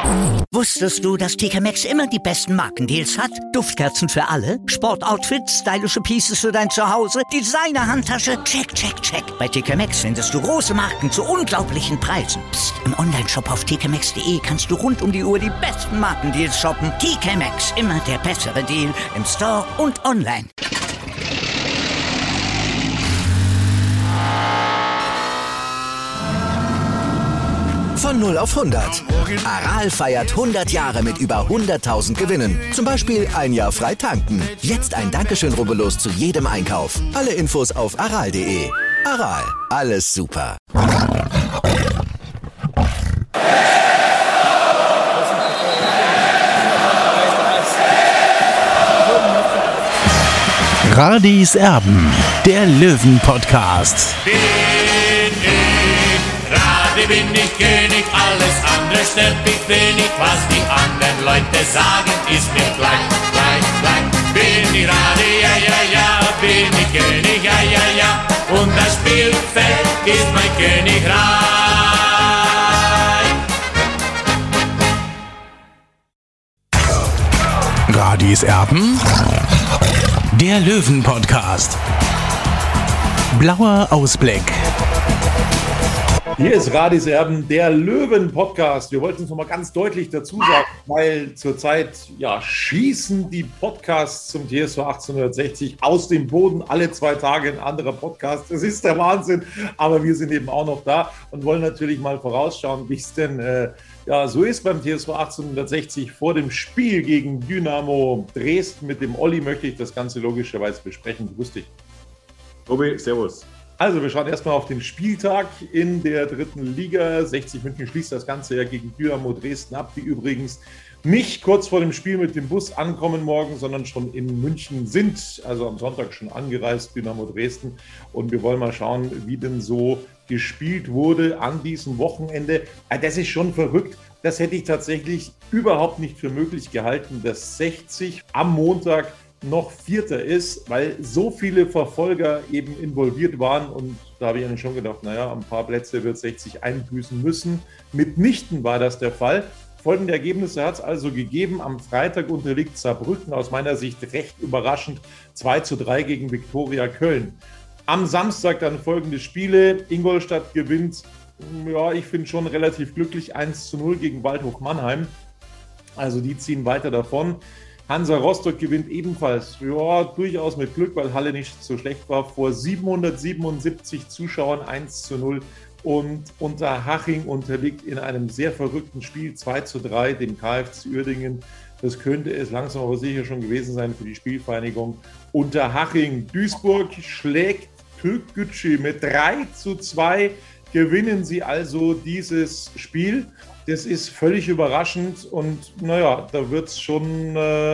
Wusstest du, dass TK Maxx immer die besten Markendeals hat? Duftkerzen für alle, Sportoutfits, stylische Pieces für dein Zuhause, Designer-Handtasche, check, check, check. Bei TK Maxx findest du große Marken zu unglaublichen Preisen. Psst. Im Onlineshop auf tkmaxx.de kannst du rund um die Uhr die besten Markendeals shoppen. TK Maxx, immer der bessere Deal im Store und online. Von 0 auf 100. Aral feiert 100 Jahre mit über 100.000 Gewinnen. Zum Beispiel ein Jahr frei tanken. Jetzt ein Dankeschön, rubbellos zu jedem Einkauf. Alle Infos auf aral.de. Aral, alles super. Radis Erben, der Löwen-Podcast. Bin ich König, alles andere stört mich wenig. Was die anderen Leute sagen, ist mir gleich. Bin ich Rade, ja, bin ich König, ja. Und das Spielfeld ist mein Königreich. Radis Erben, der Löwen-Podcast. Blauer Ausblick. Hier ist Radis Erben, der Löwen-Podcast. Wir wollten es nochmal ganz deutlich dazu sagen, weil zurzeit schießen die Podcasts zum TSV 1860 aus dem Boden. Alle 2 Tage ein anderer Podcast. Das ist der Wahnsinn. Aber wir sind eben auch noch da und wollen natürlich mal vorausschauen, wie es denn so ist beim TSV 1860 vor dem Spiel gegen Dynamo Dresden. Mit dem Olli möchte ich das Ganze logischerweise besprechen. Grüß dich. Tobi, servus. Also wir schauen erstmal auf den Spieltag in der 3. Liga. 60 München schließt das Ganze ja gegen Dynamo Dresden ab, die übrigens nicht kurz vor dem Spiel mit dem Bus ankommen morgen, sondern schon in München sind. Also am Sonntag schon angereist, Dynamo Dresden. Und wir wollen mal schauen, wie denn so gespielt wurde an diesem Wochenende. Das ist schon verrückt. Das hätte ich tatsächlich überhaupt nicht für möglich gehalten, dass 60 am Montag noch Vierter ist, weil so viele Verfolger eben involviert waren und da habe ich eigentlich schon gedacht, ein paar Plätze wird 60 einbüßen müssen. Mitnichten war das der Fall. Folgende Ergebnisse hat es also gegeben. Am Freitag unterliegt Saarbrücken aus meiner Sicht recht überraschend 2:3 gegen Viktoria Köln. Am Samstag dann folgende Spiele. Ingolstadt gewinnt, ich finde schon relativ glücklich, 1:0 gegen Waldhof Mannheim. Also die ziehen weiter davon. Hansa Rostock gewinnt ebenfalls, durchaus mit Glück, weil Halle nicht so schlecht war, vor 777 Zuschauern 1:0 und Unterhaching unterliegt in einem sehr verrückten Spiel 2:3 dem KFC Uerdingen. Das könnte es langsam aber sicher schon gewesen sein für die Spielvereinigung Unterhaching. Duisburg schlägt Türkgücü mit 3:2, gewinnen sie also dieses Spiel. Das ist völlig überraschend und da wird es schon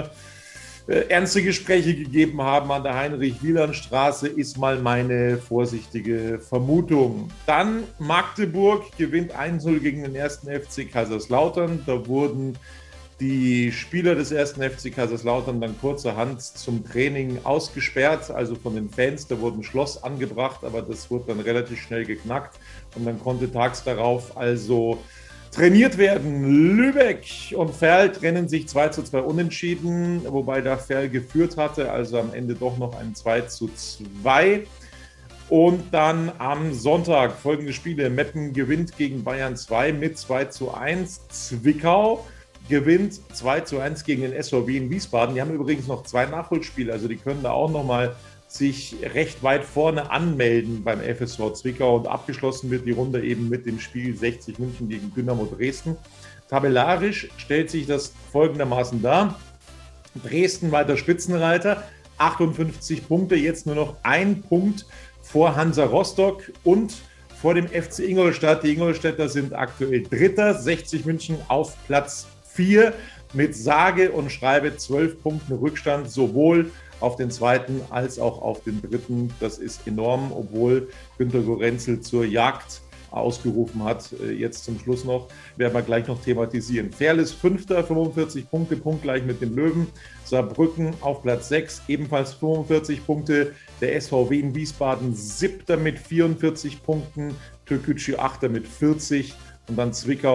ernste Gespräche gegeben haben an der Heinrich-Wieland-Straße, ist mal meine vorsichtige Vermutung. Dann Magdeburg gewinnt 1:0 gegen den 1. FC Kaiserslautern. Da wurden die Spieler des 1. FC Kaiserslautern dann kurzerhand zum Training ausgesperrt, also von den Fans. Da wurde ein Schloss angebracht, aber das wurde dann relativ schnell geknackt und dann konnte tags darauf also trainiert werden. Lübeck und Ferl trennen sich 2:2 unentschieden, wobei da Ferl geführt hatte, also am Ende doch noch ein 2:2. Und dann am Sonntag folgende Spiele. Meppen gewinnt gegen Bayern 2 mit 2:1. Zwickau gewinnt 2:1 gegen den SVW in Wiesbaden. Die haben übrigens noch 2 Nachholspiele, also die können da auch nochmal sich recht weit vorne anmelden beim FSV Zwickau und abgeschlossen wird die Runde eben mit dem Spiel 60 München gegen Dynamo Dresden. Tabellarisch stellt sich das folgendermaßen dar. Dresden weiter Spitzenreiter, 58 Punkte, jetzt nur noch 1 Punkt vor Hansa Rostock und vor dem FC Ingolstadt. Die Ingolstädter sind aktuell Dritter, 60 München auf Platz 4 mit sage und schreibe 12 Punkten Rückstand, sowohl auf den zweiten als auch auf den dritten. Das ist enorm, obwohl Günter Gorenzel zur Jagd ausgerufen hat. Jetzt zum Schluss noch, werden wir gleich noch thematisieren. Ferl ist Fünfter, 45 Punkte, punktgleich mit den Löwen. Saarbrücken auf Platz 6, ebenfalls 45 Punkte. Der SVW in Wiesbaden 7. mit 44 Punkten. Türkgücü 8. mit 40. Und dann Zwickau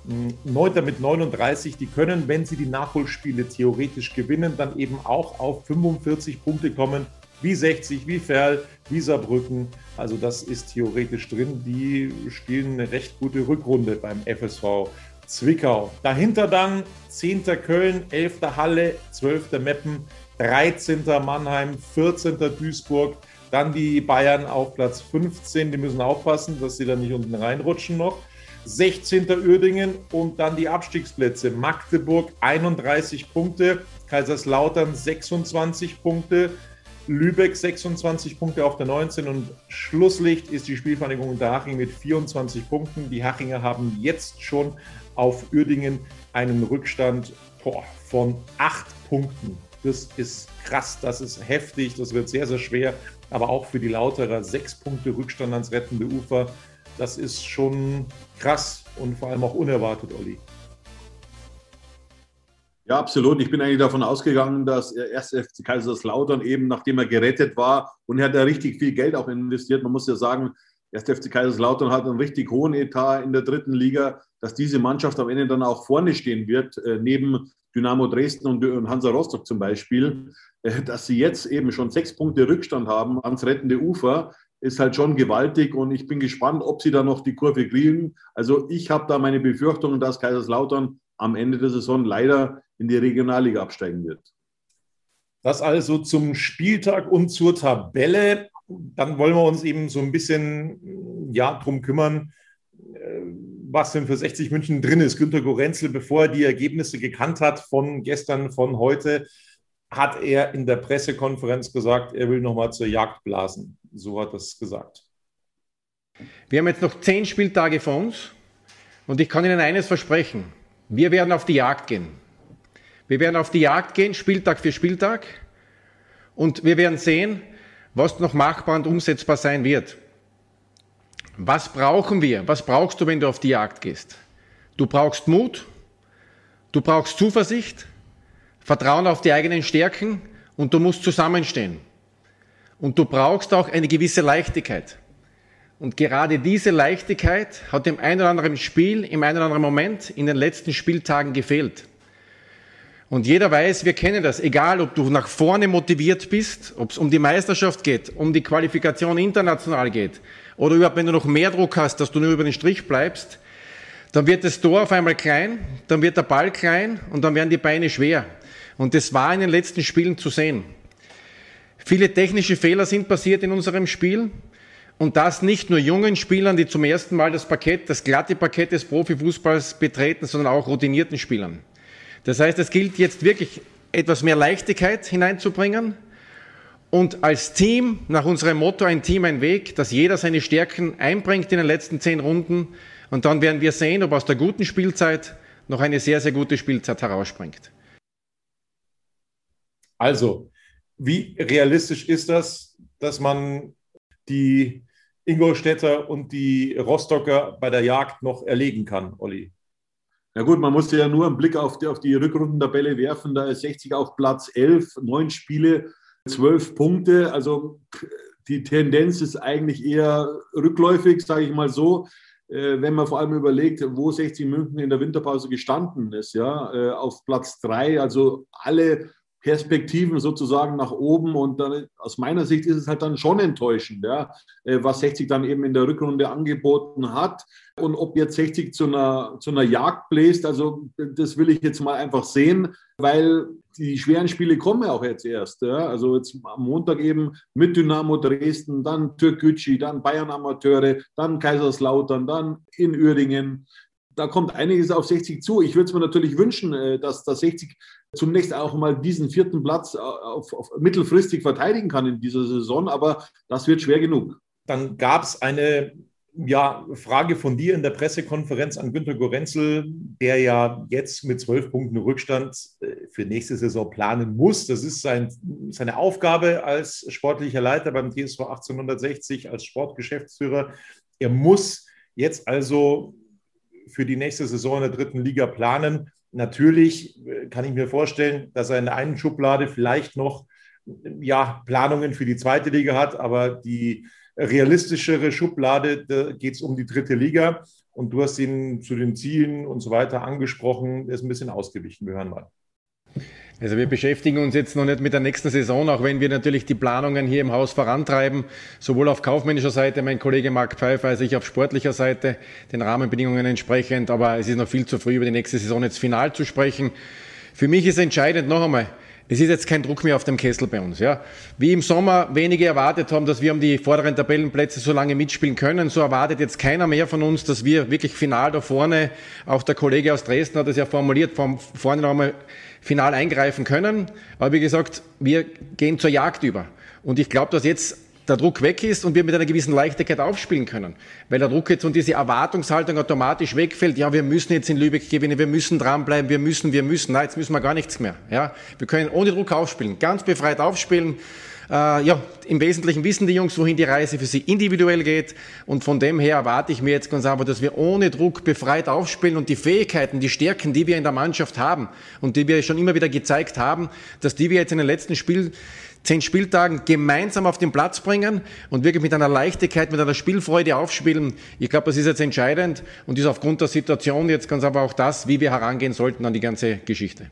Neunter mit 39, die können, wenn sie die Nachholspiele theoretisch gewinnen, dann eben auch auf 45 Punkte kommen, wie 60, wie Verl, wie Saarbrücken. Also das ist theoretisch drin. Die spielen eine recht gute Rückrunde beim FSV Zwickau. Dahinter dann 10. Köln, 11. Halle, 12. Meppen, 13. Mannheim, 14. Duisburg. Dann die Bayern auf Platz 15. Die müssen aufpassen, dass sie da nicht unten reinrutschen noch. 16. Uerdingen und dann die Abstiegsplätze. Magdeburg 31 Punkte, Kaiserslautern 26 Punkte, Lübeck 26 Punkte auf der 19 und Schlusslicht ist die Spielvereinigung Unterhaching mit 24 Punkten. Die Hachinger haben jetzt schon auf Uerdingen einen Rückstand von 8 Punkten. Das ist krass, das ist heftig, das wird sehr, sehr schwer. Aber auch für die Lauterer 6 Punkte Rückstand ans rettende Ufer. Das ist schon krass und vor allem auch unerwartet, Olli. Ja, absolut. Ich bin eigentlich davon ausgegangen, dass er erst FC Kaiserslautern eben, nachdem er gerettet war, und er hat da richtig viel Geld auch investiert. Man muss ja sagen, erst FC Kaiserslautern hat einen richtig hohen Etat in der dritten Liga, dass diese Mannschaft am Ende dann auch vorne stehen wird, neben Dynamo Dresden und Hansa Rostock zum Beispiel. Dass sie jetzt eben schon 6 Punkte Rückstand haben ans rettende Ufer, ist halt schon gewaltig und ich bin gespannt, ob sie da noch die Kurve kriegen. Also ich habe da meine Befürchtungen, dass Kaiserslautern am Ende der Saison leider in die Regionalliga absteigen wird. Das also zum Spieltag und zur Tabelle. Dann wollen wir uns eben so ein bisschen drum kümmern, was denn für 60 München drin ist. Günter Gorenzel, bevor er die Ergebnisse gekannt hat von gestern, von heute, hat er in der Pressekonferenz gesagt, er will nochmal zur Jagd blasen. So hat er es gesagt. Wir haben jetzt noch 10 Spieltage vor uns und ich kann Ihnen eines versprechen. Wir werden auf die Jagd gehen. Wir werden auf die Jagd gehen, Spieltag für Spieltag, und wir werden sehen, was noch machbar und umsetzbar sein wird. Was brauchen wir? Was brauchst du, wenn du auf die Jagd gehst? Du brauchst Mut, du brauchst Zuversicht, Vertrauen auf die eigenen Stärken und du musst zusammenstehen. Und du brauchst auch eine gewisse Leichtigkeit. Und gerade diese Leichtigkeit hat im einen oder anderen Spiel, im einen oder anderen Moment in den letzten Spieltagen gefehlt. Und jeder weiß, wir kennen das, egal ob du nach vorne motiviert bist, ob es um die Meisterschaft geht, um die Qualifikation international geht oder überhaupt, wenn du noch mehr Druck hast, dass du nur über den Strich bleibst, dann wird das Tor auf einmal klein, dann wird der Ball klein und dann werden die Beine schwer. Und das war in den letzten Spielen zu sehen. Viele technische Fehler sind passiert in unserem Spiel und das nicht nur jungen Spielern, die zum ersten Mal das glatte Parkett des Profifußballs betreten, sondern auch routinierten Spielern. Das heißt, es gilt jetzt wirklich etwas mehr Leichtigkeit hineinzubringen und als Team, nach unserem Motto, ein Team, ein Weg, dass jeder seine Stärken einbringt in den letzten 10 Runden und dann werden wir sehen, ob aus der guten Spielzeit noch eine sehr, sehr gute Spielzeit herausspringt. Also, wie realistisch ist das, dass man die Ingolstädter und die Rostocker bei der Jagd noch erlegen kann, Olli? Na gut, man muss ja nur einen Blick auf die Rückrundentabelle werfen. Da ist 60 auf Platz 11, 9 Spiele, 12 Punkte. Also die Tendenz ist eigentlich eher rückläufig, sage ich mal so. Wenn man vor allem überlegt, wo 60 München in der Winterpause gestanden ist, ja, auf Platz 3, also alle Perspektiven sozusagen nach oben und dann aus meiner Sicht ist es halt dann schon enttäuschend, ja, was 60 dann eben in der Rückrunde angeboten hat und ob jetzt 60 zu einer Jagd bläst, also das will ich jetzt mal einfach sehen, weil die schweren Spiele kommen ja auch jetzt erst, ja, also jetzt am Montag eben mit Dynamo Dresden, dann Türkgücü, dann Bayern Amateure, dann Kaiserslautern, dann in Uerdingen. Da kommt einiges auf 60 zu. Ich würde es mir natürlich wünschen, dass 60 zunächst auch mal diesen 4. Platz auf mittelfristig verteidigen kann in dieser Saison, aber das wird schwer genug. Dann gab es eine Frage von dir in der Pressekonferenz an Günter Gorenzel, der ja jetzt mit 12 Punkten Rückstand für nächste Saison planen muss. Das ist seine Aufgabe als sportlicher Leiter beim TSV 1860, als Sportgeschäftsführer. Er muss jetzt also für die nächste Saison in der dritten Liga planen. Natürlich kann ich mir vorstellen, dass er in der einen Schublade vielleicht noch Planungen für die zweite Liga hat, aber die realistischere Schublade, da geht es um die dritte Liga. Und du hast ihn zu den Zielen und so weiter angesprochen. Er ist ein bisschen ausgewichen. Wir hören mal. Also wir beschäftigen uns jetzt noch nicht mit der nächsten Saison, auch wenn wir natürlich die Planungen hier im Haus vorantreiben, sowohl auf kaufmännischer Seite, mein Kollege Marc Pfeiffer, als ich auf sportlicher Seite, den Rahmenbedingungen entsprechend. Aber es ist noch viel zu früh, über die nächste Saison jetzt final zu sprechen. Für mich ist entscheidend noch einmal, es ist jetzt kein Druck mehr auf dem Kessel bei uns. Ja. Wie im Sommer wenige erwartet haben, dass wir um die vorderen Tabellenplätze so lange mitspielen können, so erwartet jetzt keiner mehr von uns, dass wir wirklich final da vorne, auch der Kollege aus Dresden hat es ja formuliert, vorne noch einmal final eingreifen können. Aber wie gesagt, wir gehen zur Jagd über. Und ich glaube, dass jetzt der Druck weg ist und wir mit einer gewissen Leichtigkeit aufspielen können. Weil der Druck jetzt und diese Erwartungshaltung automatisch wegfällt. Ja, wir müssen jetzt in Lübeck gewinnen, wir müssen dranbleiben, wir müssen. Nein, jetzt müssen wir gar nichts mehr. Ja, wir können ohne Druck aufspielen, ganz befreit aufspielen. Im Wesentlichen wissen die Jungs, wohin die Reise für sie individuell geht. Und von dem her erwarte ich mir jetzt ganz einfach, dass wir ohne Druck befreit aufspielen und die Fähigkeiten, die Stärken, die wir in der Mannschaft haben und die wir schon immer wieder gezeigt haben, dass die wir jetzt in den letzten 10 Spieltagen gemeinsam auf den Platz bringen und wirklich mit einer Leichtigkeit, mit einer Spielfreude aufspielen. Ich glaube, das ist jetzt entscheidend und ist aufgrund der Situation jetzt ganz einfach auch das, wie wir herangehen sollten an die ganze Geschichte.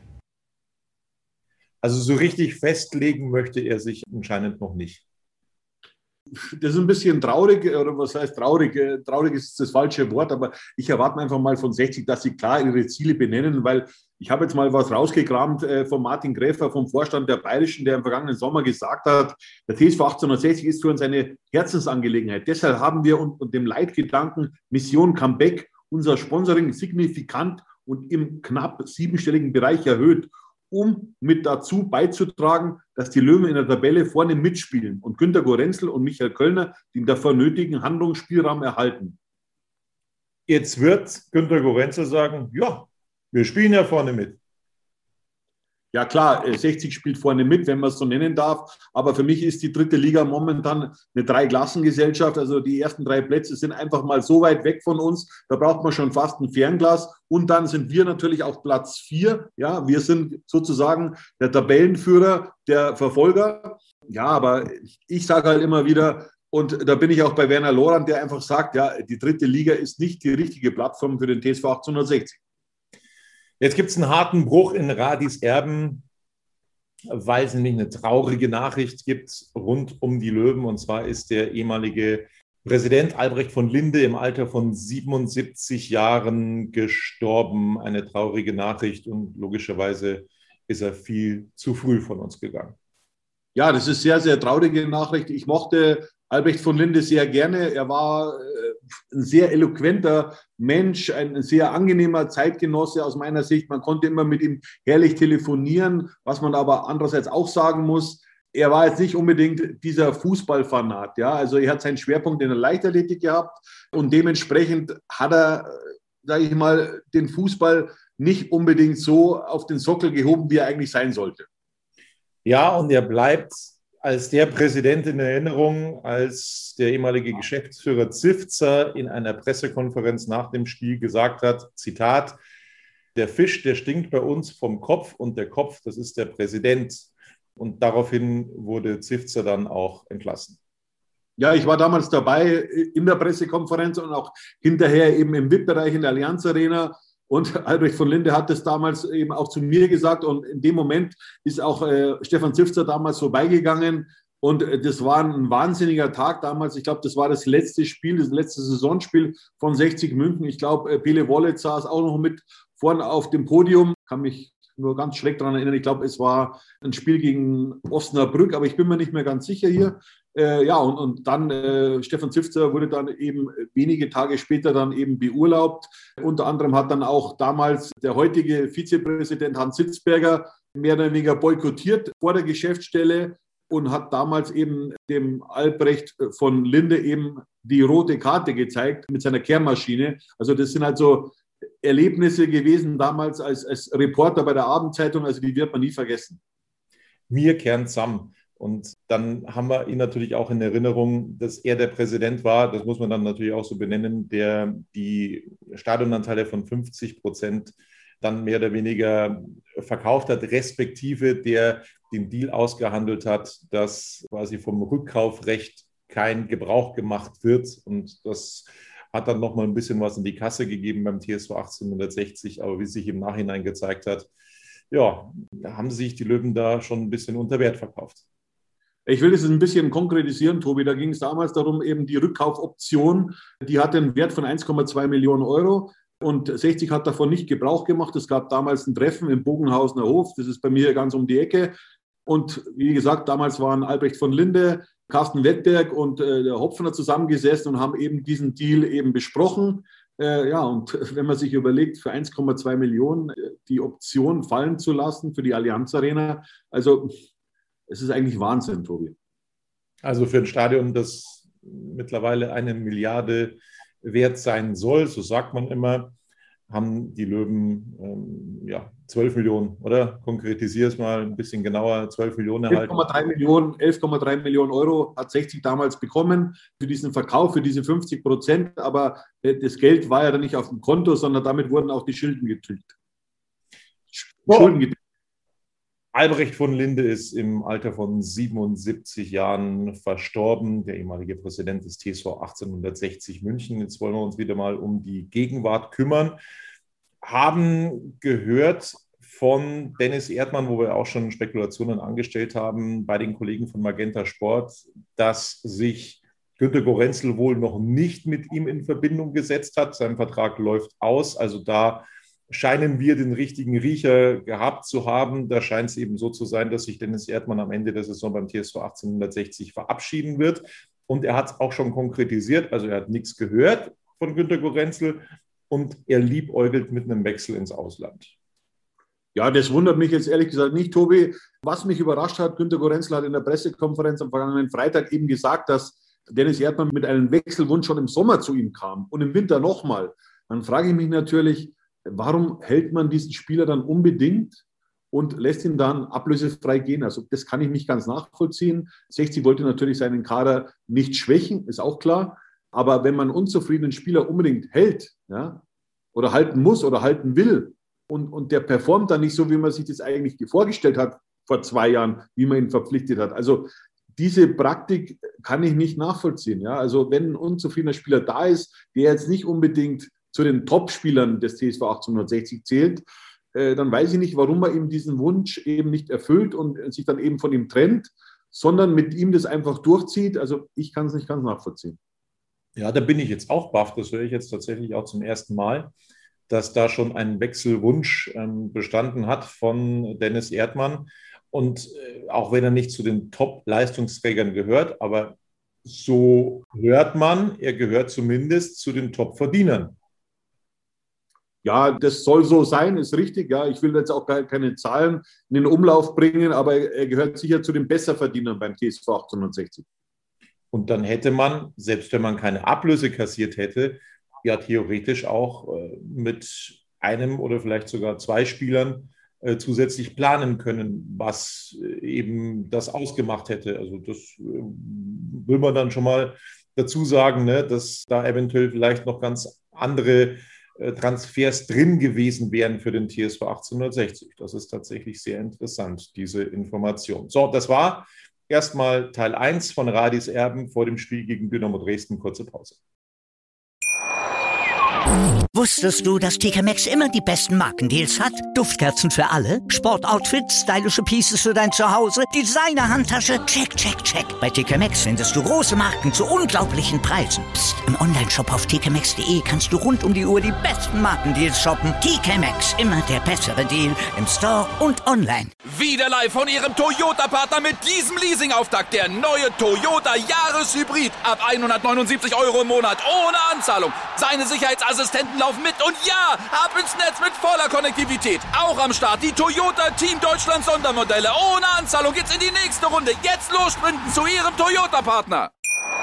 Also so richtig festlegen möchte er sich anscheinend noch nicht. Das ist ein bisschen traurig, oder was heißt traurig? Traurig ist das falsche Wort, aber ich erwarte einfach mal von 60, dass sie klar ihre Ziele benennen, weil ich habe jetzt mal was rausgekramt von Martin Gräfer vom Vorstand der Bayerischen, der im vergangenen Sommer gesagt hat, der TSV 1860 ist für uns eine Herzensangelegenheit. Deshalb haben wir unter dem Leitgedanken Mission Comeback unser Sponsoring signifikant und im knapp 7-stelligen Bereich erhöht, um mit dazu beizutragen, dass die Löwen in der Tabelle vorne mitspielen und Günter Gorenzel und Michael Kölner den dafür nötigen Handlungsspielraum erhalten. Jetzt wird Günter Gorenzel sagen, ja, wir spielen ja vorne mit. Ja klar, 60 spielt vorne mit, wenn man es so nennen darf. Aber für mich ist die dritte Liga momentan eine Dreiklassengesellschaft. Also die ersten 3 Plätze sind einfach mal so weit weg von uns. Da braucht man schon fast ein Fernglas. Und dann sind wir natürlich auf Platz 4. Ja, wir sind sozusagen der Tabellenführer, der Verfolger. Ja, aber ich sage halt immer wieder, und da bin ich auch bei Werner Lorand, der einfach sagt, ja, die dritte Liga ist nicht die richtige Plattform für den TSV 1860. Jetzt gibt es einen harten Bruch in Radis Erben, weil es nämlich eine traurige Nachricht gibt rund um die Löwen. Und zwar ist der ehemalige Präsident Albrecht von Linde im Alter von 77 Jahren gestorben. Eine traurige Nachricht und logischerweise ist er viel zu früh von uns gegangen. Ja, das ist sehr, sehr traurige Nachricht. Ich mochte Albrecht von Linde sehr gerne. Er war ein sehr eloquenter Mensch, ein sehr angenehmer Zeitgenosse aus meiner Sicht. Man konnte immer mit ihm herrlich telefonieren, was man aber andererseits auch sagen muss. Er war jetzt nicht unbedingt dieser Fußballfanat. Ja? Also er hat seinen Schwerpunkt in der Leichtathletik gehabt und dementsprechend hat er, sage ich mal, den Fußball nicht unbedingt so auf den Sockel gehoben, wie er eigentlich sein sollte. Ja, und er bleibt als der Präsident in Erinnerung, als der ehemalige Geschäftsführer Zivzer in einer Pressekonferenz nach dem Spiel gesagt hat, Zitat, der Fisch, der stinkt bei uns vom Kopf und der Kopf, das ist der Präsident. Und daraufhin wurde Zivzer dann auch entlassen. Ja, ich war damals dabei in der Pressekonferenz und auch hinterher eben im VIP-Bereich in der Allianz Arena. Und Albrecht von Linde hat das damals eben auch zu mir gesagt. Und in dem Moment ist auch Stefan Zivzer damals vorbeigegangen. Und das war ein wahnsinniger Tag damals. Ich glaube, das war das letzte Spiel, das letzte Saisonspiel von 60 München. Ich glaube, Pele Wollitz saß auch noch mit vorne auf dem Podium. Kann mich nur ganz schräg daran erinnern. Ich glaube, es war ein Spiel gegen Osnabrück, aber ich bin mir nicht mehr ganz sicher hier. Und dann Stefan Zivzer wurde dann eben wenige Tage später dann eben beurlaubt. Unter anderem hat dann auch damals der heutige Vizepräsident Hans Sitzberger mehr oder weniger boykottiert vor der Geschäftsstelle und hat damals eben dem Albrecht von Linde eben die rote Karte gezeigt mit seiner Kehrmaschine. Also das sind halt so Erlebnisse gewesen damals als Reporter bei der Abendzeitung, also die wird man nie vergessen. Wir kehren zusammen. Und dann haben wir ihn natürlich auch in Erinnerung, dass er der Präsident war, das muss man dann natürlich auch so benennen, der die Stadionanteile von 50% dann mehr oder weniger verkauft hat, respektive der den Deal ausgehandelt hat, dass quasi vom Rückkaufrecht kein Gebrauch gemacht wird und dass hat dann nochmal ein bisschen was in die Kasse gegeben beim TSV 1860, aber wie sich im Nachhinein gezeigt hat, ja, da haben sich die Löwen da schon ein bisschen unter Wert verkauft. Ich will das ein bisschen konkretisieren, Tobi. Da ging es damals darum, eben die Rückkaufoption, die hatte einen Wert von 1,2 Millionen Euro und 60 hat davon nicht Gebrauch gemacht. Es gab damals ein Treffen im Bogenhausener Hof, das ist bei mir ganz um die Ecke. Und wie gesagt, damals waren Albrecht von Linde, Carsten Wettberg und der Hopfner zusammengesessen und haben eben diesen Deal eben besprochen. Ja, und wenn man sich überlegt, für 1,2 Millionen die Option fallen zu lassen für die Allianz Arena, also es ist eigentlich Wahnsinn, Tobi. Also für ein Stadion, das mittlerweile 1 Milliarde wert sein soll, so sagt man immer, haben die Löwen 12 Millionen, oder? Konkretisier es mal ein bisschen genauer, 12 Millionen erhalten. 11,3 Millionen Euro hat 60 damals bekommen für diesen Verkauf, für diese 50%, aber das Geld war ja dann nicht auf dem Konto, sondern damit wurden auch die Schulden getilgt. Albrecht von Linde ist im Alter von 77 Jahren verstorben, der ehemalige Präsident des TSV 1860 München. Jetzt wollen wir uns wieder mal um die Gegenwart kümmern. Haben gehört von Dennis Erdmann, wo wir auch schon Spekulationen angestellt haben, bei den Kollegen von Magenta Sport, dass sich Günter Gorenzel wohl noch nicht mit ihm in Verbindung gesetzt hat. Sein Vertrag läuft aus, also da scheinen wir den richtigen Riecher gehabt zu haben. Da scheint es eben so zu sein, dass sich Dennis Erdmann am Ende der Saison beim TSV 1860 verabschieden wird. Und er hat es auch schon konkretisiert, also er hat nichts gehört von Günter Gorenzel und er liebäugelt mit einem Wechsel ins Ausland. Ja, das wundert mich jetzt ehrlich gesagt nicht, Tobi. Was mich überrascht hat, Günter Gorenzel hat in der Pressekonferenz am vergangenen Freitag eben gesagt, dass Dennis Erdmann mit einem Wechselwunsch schon im Sommer zu ihm kam und im Winter nochmal. Dann frage ich mich natürlich, warum hält man diesen Spieler dann unbedingt und lässt ihn dann ablösefrei gehen? Also das kann ich nicht ganz nachvollziehen. 60 wollte natürlich seinen Kader nicht schwächen, ist auch klar. Aber wenn man einen unzufriedenen Spieler unbedingt hält, ja, oder halten muss oder halten will und der performt dann nicht so, wie man sich das eigentlich vorgestellt hat vor 2 Jahren, wie man ihn verpflichtet hat. Also diese Praktik kann ich nicht nachvollziehen. Ja? Also wenn ein unzufriedener Spieler da ist, der jetzt nicht unbedingt zu den Top-Spielern des TSV 1860 zählt, dann weiß ich nicht, warum man ihm diesen Wunsch eben nicht erfüllt und sich dann eben von ihm trennt, sondern mit ihm das einfach durchzieht. Also ich kann es nicht ganz nachvollziehen. Ja, da bin ich jetzt auch baff. Das höre ich jetzt tatsächlich auch zum ersten Mal, dass da schon ein Wechselwunsch bestanden hat von Dennis Erdmann. Und auch wenn er nicht zu den Top-Leistungsträgern gehört, aber so hört man, er gehört zumindest zu den Top-Verdienern. Ja, das soll so sein, ist richtig. Ja, ich will jetzt auch keine Zahlen in den Umlauf bringen, aber er gehört sicher zu den Besserverdienern beim TSV 1860. Und dann hätte man, selbst wenn man keine Ablöse kassiert hätte, ja theoretisch auch mit einem oder vielleicht sogar 2 Spielern zusätzlich planen können, was eben das ausgemacht hätte. Also das will man dann schon mal dazu sagen, ne, dass da eventuell vielleicht noch ganz andere Transfers drin gewesen wären für den TSV 1860. Das ist tatsächlich sehr interessant, diese Information. So, das war erstmal Teil 1 von Radis Erben vor dem Spiel gegen Dynamo Dresden. Kurze Pause. Wusstest du, dass TK Maxx immer die besten Markendeals hat? Duftkerzen für alle, Sportoutfits, stylische Pieces für dein Zuhause, Designer-Handtasche, check, check, check. Bei TK Maxx findest du große Marken zu unglaublichen Preisen. Psst. Im Onlineshop auf tkmaxx.de kannst du rund um die Uhr die besten Markendeals shoppen. TK Maxx, immer der bessere Deal im Store und online. Wieder live von Ihrem Toyota-Partner mit diesem Leasing-Auftakt. Der neue Toyota Jahreshybrid. Ab 179 € im Monat ohne Anzahlung. Seine Sicherheitsassistenten laufen mit und ja, ab ins Netz mit voller Konnektivität. Auch am Start die Toyota Team Deutschland Sondermodelle. Ohne Anzahlung geht's in die nächste Runde. Jetzt los sprinten zu Ihrem Toyota-Partner.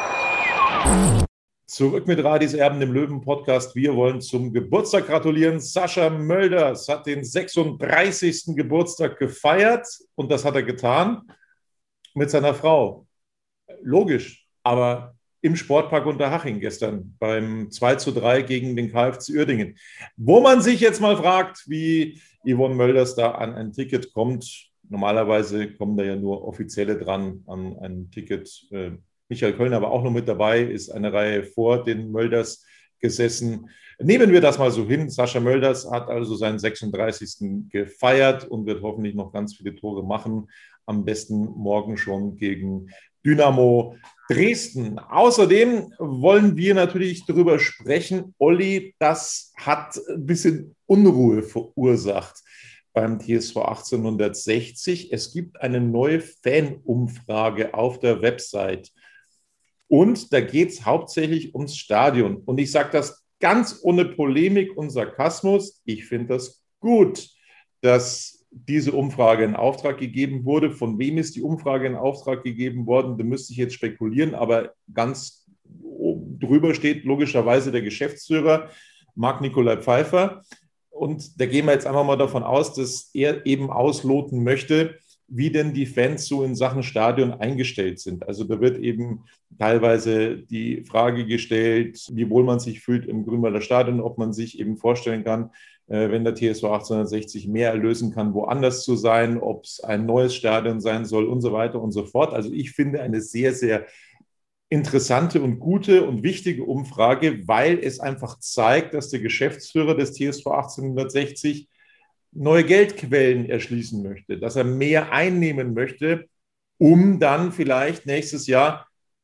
Zurück mit Radis Erben, dem Löwen-Podcast. Wir wollen zum Geburtstag gratulieren. Sascha Mölders hat den 36. Geburtstag gefeiert und das hat er getan mit seiner Frau. Logisch, aber im Sportpark Unterhaching gestern beim 2:3 gegen den KFC Uerdingen. Wo man sich jetzt mal fragt, wie Yvonne Mölders da an ein Ticket kommt. Normalerweise kommen da ja nur Offizielle dran an ein Ticket. Michael Kölner war auch noch mit dabei, ist eine Reihe vor den Mölders gesessen. Nehmen wir das mal so hin. Sascha Mölders hat also seinen 36. gefeiert und wird hoffentlich noch ganz viele Tore machen. Am besten morgen schon gegen Dynamo Dresden. Außerdem wollen wir natürlich darüber sprechen, Olli, das hat ein bisschen Unruhe verursacht beim TSV 1860. Es gibt eine neue Fanumfrage auf der Website und da geht es hauptsächlich ums Stadion. Und ich sage das ganz ohne Polemik und Sarkasmus. Ich finde das gut, dass diese Umfrage in Auftrag gegeben wurde. Von wem ist die Umfrage in Auftrag gegeben worden? Da müsste ich jetzt spekulieren, aber ganz drüber steht logischerweise der Geschäftsführer Marc-Nikolai Pfeiffer. Und da gehen wir jetzt einfach mal davon aus, dass er eben ausloten möchte, wie denn die Fans so in Sachen Stadion eingestellt sind. Also da wird eben teilweise die Frage gestellt, wie wohl man sich fühlt im Grünwalder Stadion, ob man sich eben vorstellen kann, wenn der TSV 1860 mehr erlösen kann, woanders zu sein, ob es ein neues Stadion sein soll und so weiter und so fort. Also ich finde eine sehr, sehr interessante und gute und wichtige Umfrage, weil es einfach zeigt, dass der Geschäftsführer des TSV 1860 neue Geldquellen erschließen möchte, dass er mehr einnehmen möchte, um dann vielleicht nächstes Jahr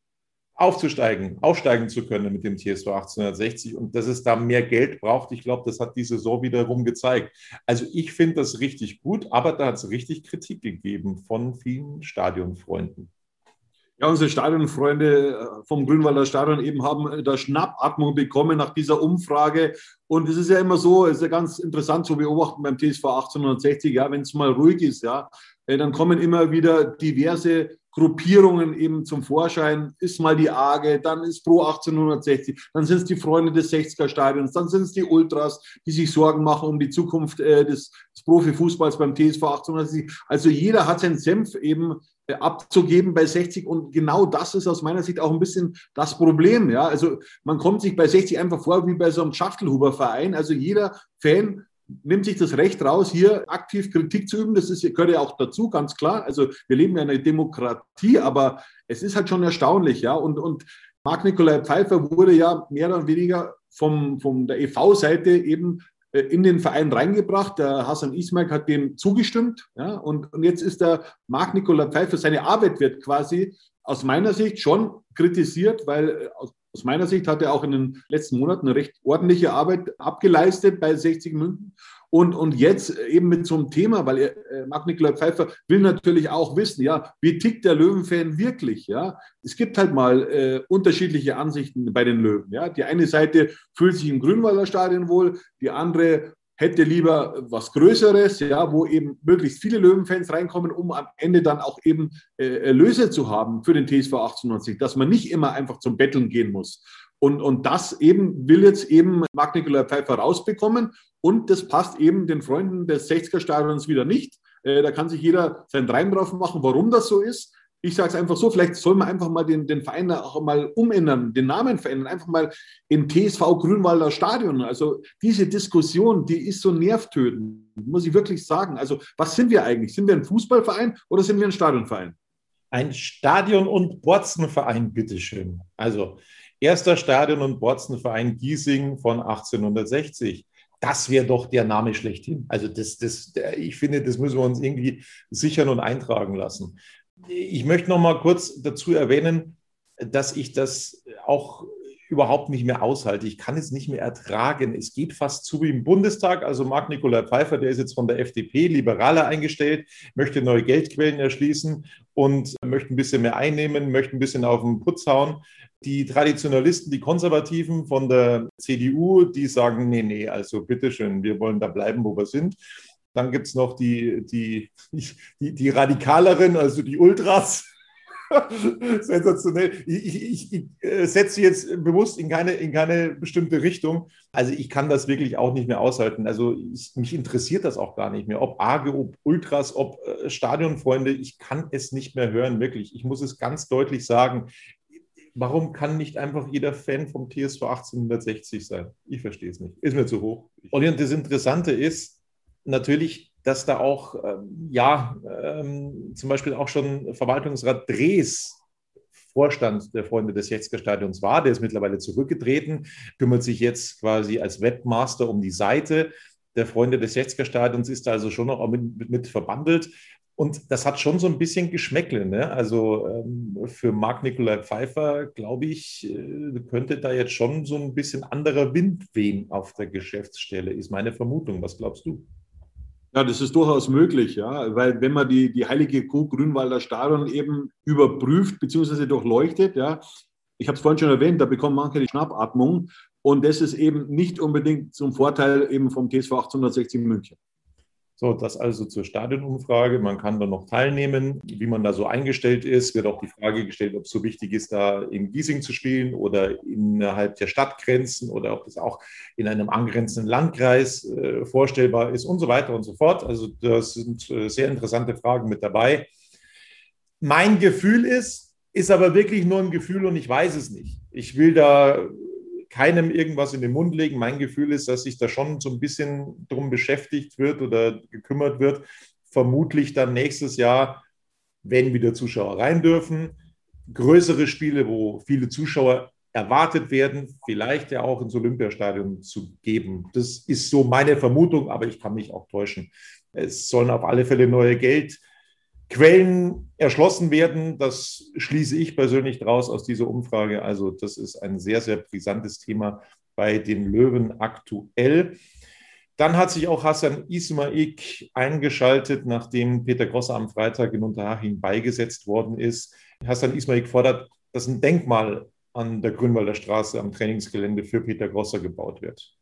aufsteigen zu können mit dem TSV 1860 und dass es da mehr Geld braucht. Ich glaube, das hat die Saison wiederum gezeigt. Also ich finde das richtig gut, aber da hat es richtig Kritik gegeben von vielen Stadionfreunden. Ja, unsere Stadionfreunde vom Grünwalder Stadion eben haben da Schnappatmung bekommen nach dieser Umfrage. Und es ist ja immer so, es ist ja ganz interessant zu beobachten beim TSV 1860, ja, wenn es mal ruhig ist, ja, dann kommen immer wieder diverse Gruppierungen eben zum Vorschein. Ist mal die AGE, dann ist Pro 1860, dann sind es die Freunde des 60er-Stadions, dann sind es die Ultras, die sich Sorgen machen um die Zukunft des Profifußballs beim TSV 1860. Also jeder hat seinen Senf eben abzugeben bei 60 und genau das ist aus meiner Sicht auch ein bisschen das Problem. Ja? Also man kommt sich bei 60 einfach vor wie bei so einem Schachtelhuber-Verein. Also jeder Fan nimmt sich das Recht raus, hier aktiv Kritik zu üben. Das gehört ja auch dazu, ganz klar. Also wir leben ja in einer Demokratie, aber es ist halt schon erstaunlich. Ja? Und Marc-Nikolai Pfeiffer wurde ja mehr oder weniger von der e.V.-Seite eben in den Verein reingebracht. Der Hasan Ismail hat dem zugestimmt. Ja? Und jetzt ist der Marc-Nikolai Pfeiffer, seine Arbeit wird quasi aus meiner Sicht schon kritisiert, weil aus meiner Sicht hat er auch in den letzten Monaten eine recht ordentliche Arbeit abgeleistet bei 60 München. Und jetzt eben mit so einem Thema, weil Marc-Nikolai Pfeiffer will natürlich auch wissen, ja, wie tickt der Löwenfan wirklich? Ja? Es gibt halt mal unterschiedliche Ansichten bei den Löwen. Ja? Die eine Seite fühlt sich im Grünwalder Stadion wohl, die andere hätte lieber was Größeres, ja, wo eben möglichst viele Löwenfans reinkommen, um am Ende dann auch eben Erlöse zu haben für den TSV 1860, dass man nicht immer einfach zum Betteln gehen muss. Und das eben will jetzt eben Marc-Nikolai Pfeiffer rausbekommen und das passt eben den Freunden des 60er-Stadions wieder nicht. Da kann sich jeder seinen Reim drauf machen, warum das so ist. Ich sage es einfach so, vielleicht soll man einfach mal den Verein auch mal umändern, den Namen verändern, einfach mal in TSV Grünwalder Stadion. Also diese Diskussion, die ist so nervtötend, muss ich wirklich sagen. Also was sind wir eigentlich? Sind wir ein Fußballverein oder sind wir ein Stadionverein? Ein Stadion- und Borzenverein, bitteschön. Also erster Stadion- und Borzenverein Giesing von 1860. Das wäre doch der Name schlechthin. Also ich finde, das müssen wir uns irgendwie sichern und eintragen lassen. Ich möchte noch mal kurz dazu erwähnen, dass ich das auch überhaupt nicht mehr aushalte. Ich kann es nicht mehr ertragen. Es geht fast zu wie im Bundestag. Also Marc-Nikolai Pfeiffer, der ist jetzt von der FDP, Liberaler eingestellt, möchte neue Geldquellen erschließen und möchte ein bisschen mehr einnehmen, möchte ein bisschen auf den Putz hauen. Die Traditionalisten, die Konservativen von der CDU, die sagen, nee, also bitteschön, wir wollen da bleiben, wo wir sind. Dann gibt es noch die Radikaleren, also die Ultras. Sensationell. Ich setze jetzt bewusst in keine bestimmte Richtung. Also ich kann das wirklich auch nicht mehr aushalten. Also mich interessiert das auch gar nicht mehr. Ob AGE, ob Ultras, ob Stadionfreunde, ich kann es nicht mehr hören, wirklich. Ich muss es ganz deutlich sagen. Warum kann nicht einfach jeder Fan vom TSV 1860 sein? Ich verstehe es nicht. Ist mir zu hoch. Und das Interessante ist natürlich, dass da auch, zum Beispiel auch schon Verwaltungsrat Drees Vorstand der Freunde des 60er-Stadions war. Der ist mittlerweile zurückgetreten, kümmert sich jetzt quasi als Webmaster um die Seite der Freunde des 60er-Stadions, ist da also schon noch mit verbandelt. Und das hat schon so ein bisschen Geschmäckle, ne? Also für Marc-Nicolai Pfeiffer, glaube ich, könnte da jetzt schon so ein bisschen anderer Wind wehen auf der Geschäftsstelle, ist meine Vermutung. Was glaubst du? Ja, das ist durchaus möglich, ja, weil wenn man die heilige Kuh Grünwalder Stadion eben überprüft bzw. durchleuchtet, ja, ich habe es vorhin schon erwähnt, da bekommen manche die Schnappatmung und das ist eben nicht unbedingt zum Vorteil eben vom TSV 1860 München. So, das also zur Stadionumfrage. Man kann da noch teilnehmen, wie man da so eingestellt ist. Wird auch die Frage gestellt, ob es so wichtig ist, da in Giesing zu spielen oder innerhalb der Stadtgrenzen oder ob das auch in einem angrenzenden Landkreis vorstellbar ist und so weiter und so fort. Also das sind sehr interessante Fragen mit dabei. Mein Gefühl ist aber wirklich nur ein Gefühl und ich weiß es nicht. Ich will da keinem irgendwas in den Mund legen. Mein Gefühl ist, dass sich da schon so ein bisschen drum beschäftigt wird oder gekümmert wird. Vermutlich dann nächstes Jahr, wenn wieder Zuschauer rein dürfen, größere Spiele, wo viele Zuschauer erwartet werden, vielleicht ja auch ins Olympiastadion zu geben. Das ist so meine Vermutung, aber ich kann mich auch täuschen. Es sollen auf alle Fälle neue Geldquellen erschlossen werden. Das schließe ich persönlich draus aus dieser Umfrage. Also das ist ein sehr, sehr brisantes Thema bei den Löwen aktuell. Dann hat sich auch Hassan Ismaik eingeschaltet, nachdem Peter Grosser am Freitag in Unterhaching beigesetzt worden ist. Hassan Ismaik fordert, dass ein Denkmal an der Grünwalder Straße am Trainingsgelände für Peter Grosser gebaut wird.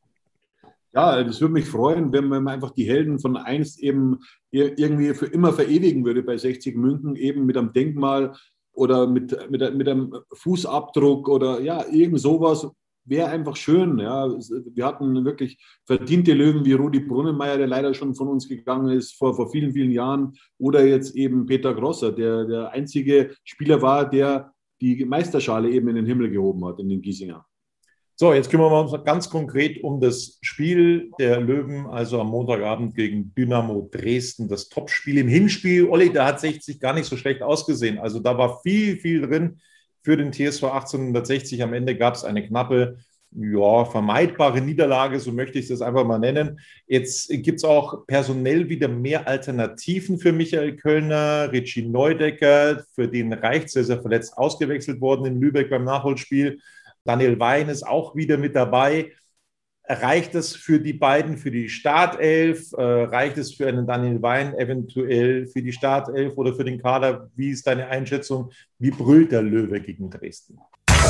Ja, das würde mich freuen, wenn man einfach die Helden von einst eben irgendwie für immer verewigen würde bei 60 München, eben mit einem Denkmal oder mit einem Fußabdruck oder ja, irgend sowas. Wäre einfach schön. Ja. Wir hatten wirklich verdiente Löwen wie Rudi Brunnenmeier, der leider schon von uns gegangen ist vor vielen, vielen Jahren. Oder jetzt eben Peter Grosser, der einzige Spieler war, der die Meisterschale eben in den Himmel gehoben hat, in den Giesinger. So, jetzt kümmern wir uns ganz konkret um das Spiel der Löwen, also am Montagabend gegen Dynamo Dresden. Das Topspiel im Hinspiel. Olli, da hat 60 gar nicht so schlecht ausgesehen. Also da war viel, viel drin für den TSV 1860. Am Ende gab es eine knappe, ja, vermeidbare Niederlage, so möchte ich das einfach mal nennen. Jetzt gibt es auch personell wieder mehr Alternativen für Michael Kölner. Richie Neudecker, für den reicht es, er verletzt ausgewechselt worden in Lübeck beim Nachholspiel. Daniel Wein ist auch wieder mit dabei. Reicht es für die beiden, für die Startelf? Reicht es für einen Daniel Wein eventuell für die Startelf oder für den Kader? Wie ist deine Einschätzung? Wie brüllt der Löwe gegen Dresden?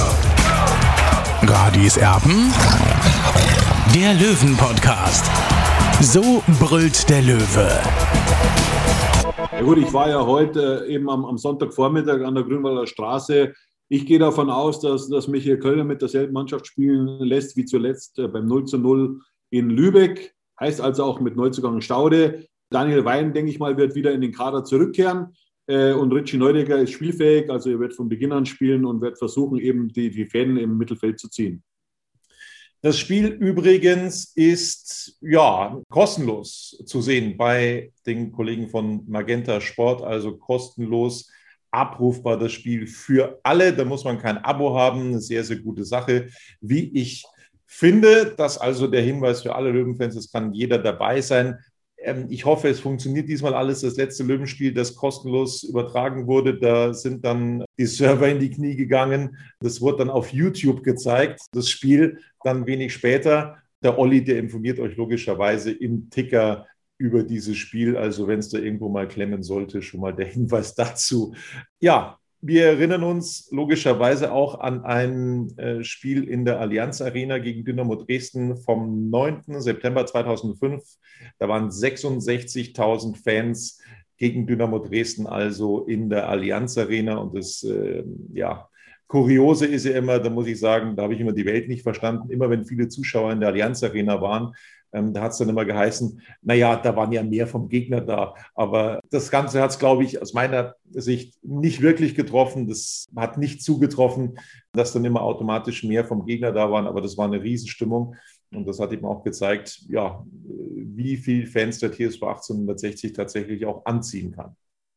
Radis Erben, der Löwen-Podcast. So brüllt der Löwe. Ja gut, ich war ja heute eben am Sonntagvormittag an der Grünwalder Straße. Ich gehe davon aus, dass Michael Kölner mit derselben Mannschaft spielen lässt wie zuletzt beim 0:0 in Lübeck. Heißt also auch mit Neuzugang Staude. Daniel Wein, denke ich mal, wird wieder in den Kader zurückkehren. Und Richie Neudecker ist spielfähig. Also er wird von Beginn an spielen und wird versuchen, eben die Fäden im Mittelfeld zu ziehen. Das Spiel übrigens ist ja kostenlos zu sehen bei den Kollegen von Magenta Sport, also kostenlos abrufbar das Spiel für alle. Da muss man kein Abo haben. Eine sehr, sehr gute Sache, wie ich finde. Das also der Hinweis für alle Löwenfans, es kann jeder dabei sein. Ich hoffe, es funktioniert diesmal alles. Das letzte Löwenspiel, das kostenlos übertragen wurde, da sind dann die Server in die Knie gegangen. Das wurde dann auf YouTube gezeigt, das Spiel dann wenig später. Der Olli, der informiert euch logischerweise im Ticker über dieses Spiel. Also wenn es da irgendwo mal klemmen sollte, schon mal der Hinweis dazu. Ja, wir erinnern uns logischerweise auch an ein Spiel in der Allianz Arena gegen Dynamo Dresden vom 9. September 2005. Da waren 66.000 Fans gegen Dynamo Dresden, also in der Allianz Arena. Und das, Kuriose ist ja immer, da muss ich sagen, da habe ich immer die Welt nicht verstanden. Immer wenn viele Zuschauer in der Allianz Arena waren, da hat es dann immer geheißen, naja, da waren ja mehr vom Gegner da. Aber das Ganze hat es, glaube ich, aus meiner Sicht nicht wirklich getroffen. Das hat nicht zugetroffen, dass dann immer automatisch mehr vom Gegner da waren. Aber das war eine Riesenstimmung. Und das hat eben auch gezeigt, ja, wie viel Fans der TSV 1860 tatsächlich auch anziehen kann.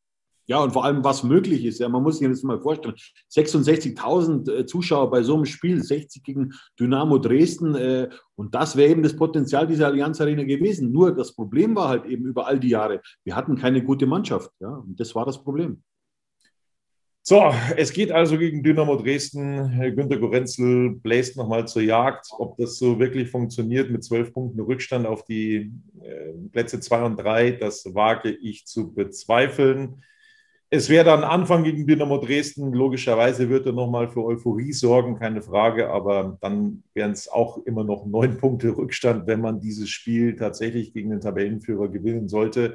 Ja, und vor allem, was möglich ist. Ja, man muss sich das mal vorstellen. 66.000 Zuschauer bei so einem Spiel, 60 gegen Dynamo Dresden. Und das wäre eben das Potenzial dieser Allianz Arena gewesen. Nur das Problem war halt eben über all die Jahre, wir hatten keine gute Mannschaft. Ja, und das war das Problem. So, es geht also gegen Dynamo Dresden. Günter Gorenzel bläst nochmal zur Jagd. Ob das so wirklich funktioniert mit 12 Punkten Rückstand auf die Plätze 2 und 3, das wage ich zu bezweifeln. Es wäre dann Anfang gegen Dynamo Dresden. Logischerweise wird er nochmal für Euphorie sorgen, keine Frage. Aber dann wären es auch immer noch 9 Punkte Rückstand, wenn man dieses Spiel tatsächlich gegen den Tabellenführer gewinnen sollte.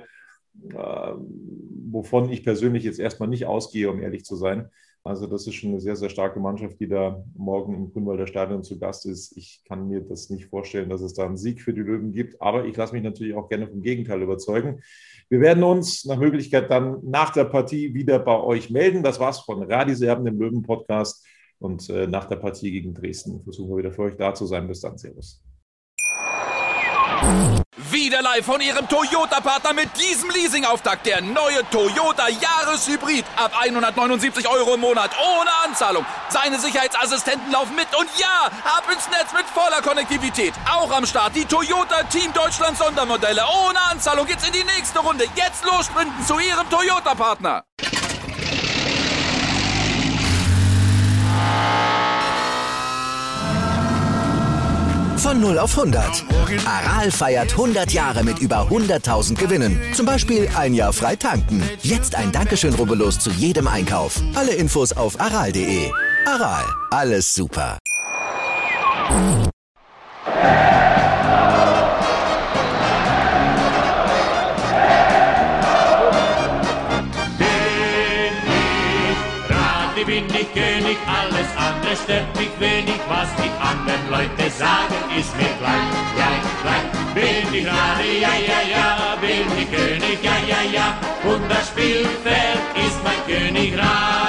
Wovon ich persönlich jetzt erstmal nicht ausgehe, um ehrlich zu sein. Also das ist schon eine sehr, sehr starke Mannschaft, die da morgen im Grünwalder Stadion zu Gast ist. Ich kann mir das nicht vorstellen, dass es da einen Sieg für die Löwen gibt, aber ich lasse mich natürlich auch gerne vom Gegenteil überzeugen. Wir werden uns nach Möglichkeit dann nach der Partie wieder bei euch melden. Das war's von Radiserben, dem Löwen-Podcast. Und nach der Partie gegen Dresden versuchen wir wieder für euch da zu sein. Bis dann, servus. Wieder live von Ihrem Toyota-Partner mit diesem Leasing-Auftakt. Der neue Toyota Jahreshybrid. Ab 179 € im Monat. Ohne Anzahlung. Seine Sicherheitsassistenten laufen mit. Und ja, ab ins Netz mit voller Konnektivität. Auch am Start die Toyota Team Deutschland Sondermodelle. Ohne Anzahlung geht's in die nächste Runde. Jetzt los sprinten zu Ihrem Toyota-Partner. Von 0 auf 100. Aral feiert 100 Jahre mit über 100.000 Gewinnen. Zum Beispiel ein Jahr frei tanken. Jetzt ein Dankeschön, rubbellos zu jedem Einkauf. Alle Infos auf aral.de. Aral, alles super. Bin ich König, alles andere stört mich wenig, was die anderen Leute sagen, ist mir gleich, gleich, gleich. Bin ich Rade, ja, ja, ja, bin ich König, ja, ja, ja, und das Spielfeld ist mein Königreich.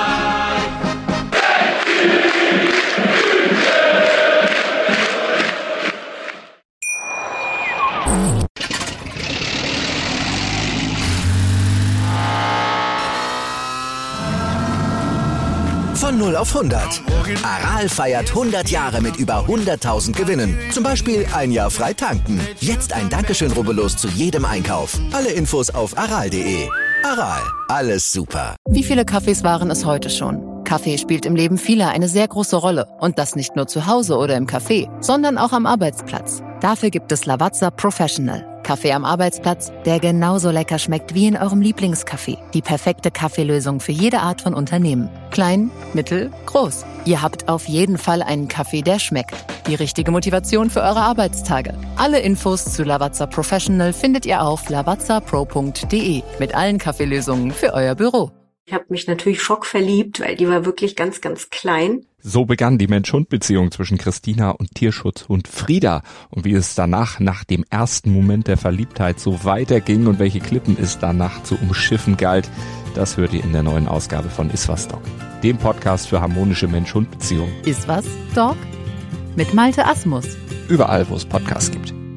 Von 0 auf 100. Aral feiert 100 Jahre mit über 100.000 Gewinnen. Zum Beispiel ein Jahr frei tanken. Jetzt ein Dankeschön, rubbellos zu jedem Einkauf. Alle Infos auf aral.de. Aral, alles super. Wie viele Kaffees waren es heute schon? Kaffee spielt im Leben vieler eine sehr große Rolle. Und das nicht nur zu Hause oder im Café, sondern auch am Arbeitsplatz. Dafür gibt es Lavazza Professional. Kaffee am Arbeitsplatz, der genauso lecker schmeckt wie in eurem Lieblingscafé. Die perfekte Kaffeelösung für jede Art von Unternehmen. Klein, mittel, groß. Ihr habt auf jeden Fall einen Kaffee, der schmeckt. Die richtige Motivation für eure Arbeitstage. Alle Infos zu Lavazza Professional findet ihr auf lavazzapro.de mit allen Kaffeelösungen für euer Büro. Ich habe mich natürlich schockverliebt, weil die war wirklich ganz, ganz klein. So begann die Mensch-Hund-Beziehung zwischen Christina und Tierschutzhund Frieda. Und wie es danach, nach dem ersten Moment der Verliebtheit, so weiterging und welche Klippen es danach zu umschiffen galt, das hört ihr in der neuen Ausgabe von Iswas Dog, dem Podcast für harmonische Mensch-Hund-Beziehungen. Iswas Dog? Mit Malte Asmus. Überall, wo es Podcasts gibt.